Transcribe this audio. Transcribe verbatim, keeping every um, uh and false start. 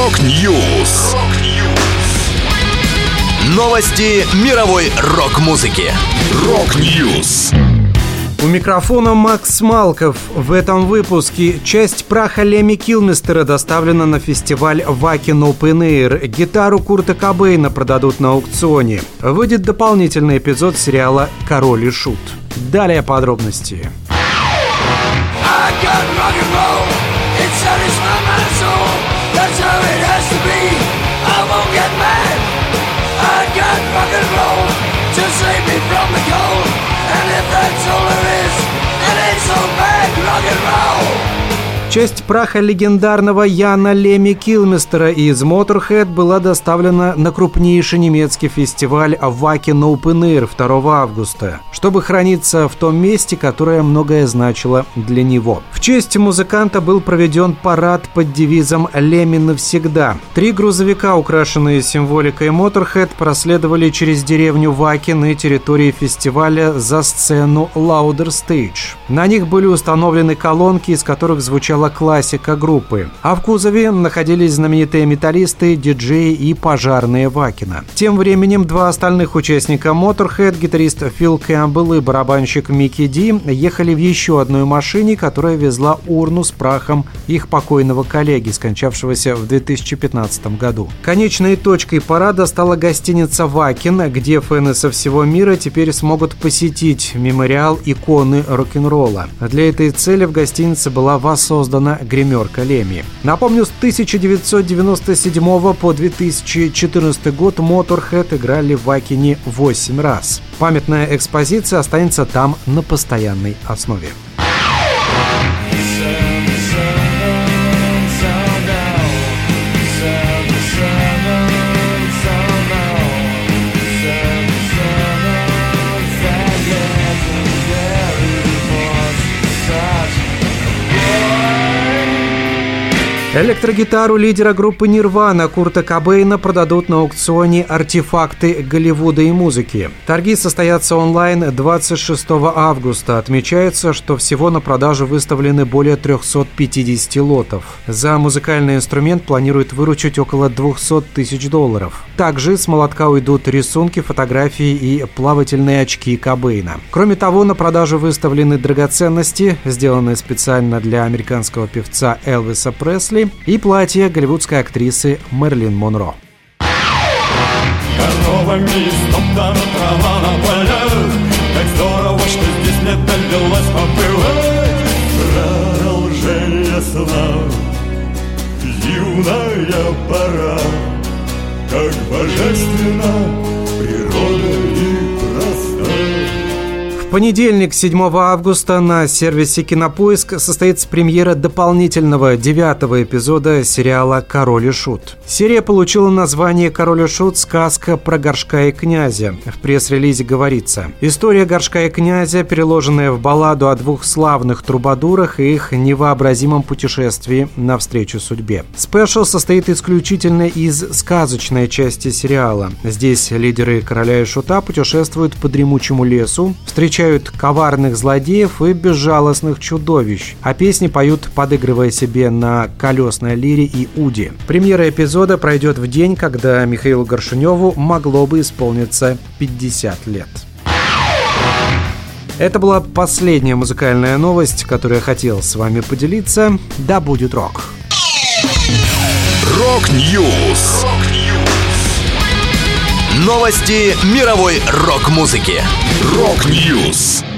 Рок-Ньюс. Новости мировой рок-музыки. Рок-Ньюс. У микрофона Макс Малков. В этом выпуске часть праха Лемми Килмистера доставлена на фестиваль Wacken Open Air. Гитару Курта Кобейна продадут на аукционе. Выйдет дополнительный эпизод сериала «Король и Шут». Далее подробности. Часть праха легендарного Яна Лемми Килмистера из Motorhead была доставлена на крупнейший немецкий фестиваль Wacken Open Air второго августа, чтобы храниться в том месте, которое многое значило для него. В честь музыканта был проведен парад под девизом «Лемми навсегда». Три грузовика, украшенные символикой Motorhead, проследовали через деревню Wacken и территории фестиваля за сцену Louder Stage. На них были установлены колонки, из которых звучала классика группы, а в кузове находились знаменитые металлисты, диджеи и пожарные Вакена. Тем временем два остальных участника Motorhead, гитарист Фил Кэмпбелл и барабанщик Микки Ди, ехали в еще одной машине, которая везла урну с прахом их покойного коллеги, скончавшегося в две тысячи пятнадцатом году. Конечной точкой парада стала гостиница Wacken, где фэны со всего мира теперь смогут посетить мемориал иконы рок-н-ролла. Для этой цели в гостинице была воссоздана гримерка Лемми. Напомню, с тысяча девятьсот девяносто седьмого по две тысячи четырнадцатый год Motorhead играли в Вакене восемь раз. Памятная экспозиция останется там на постоянной основе. Электрогитару лидера группы Nirvana Курта Кобейна продадут на аукционе «Артефакты Голливуда и музыки». Торги состоятся онлайн двадцать шестого августа. Отмечается, что всего на продажу выставлены более триста пятьдесят лотов. За музыкальный инструмент планируют выручить около двести тысяч долларов. Также с молотка уйдут рисунки, фотографии и плавательные очки Кобейна. Кроме того, на продажу выставлены драгоценности, сделанные специально для американского певца Элвиса Пресли, и платье голливудской актрисы Мэрилин Монро. Коровами истоптана трава на полях, как здорово, что здесь не довелось побывать. Продолжение сна, юная пора, как божественна природа и проста. В понедельник, седьмого августа, на сервисе «Кинопоиск» состоится премьера дополнительного девятого эпизода сериала «Король и Шут». Серия получила название «Король и Шут. Сказка про горшка и князя». В пресс-релизе говорится: история горшка и князя, переложенная в балладу о двух славных трубадурах и их невообразимом путешествии навстречу судьбе. Спешл состоит исключительно из сказочной части сериала. Здесь лидеры «Короля и Шута» путешествуют по дремучему лесу, встречают коварных злодеев и безжалостных чудовищ, а песни поют, подыгрывая себе на колесной лире и уде. Премьера эпизода пройдет в день, когда Михаилу Горшуневу могло бы исполниться пятьдесят лет. Это была последняя музыкальная новость, которую я хотел с вами поделиться. Да будет рок! Рок-Ньюс. Новости мировой рок-музыки. Рок-Ньюс.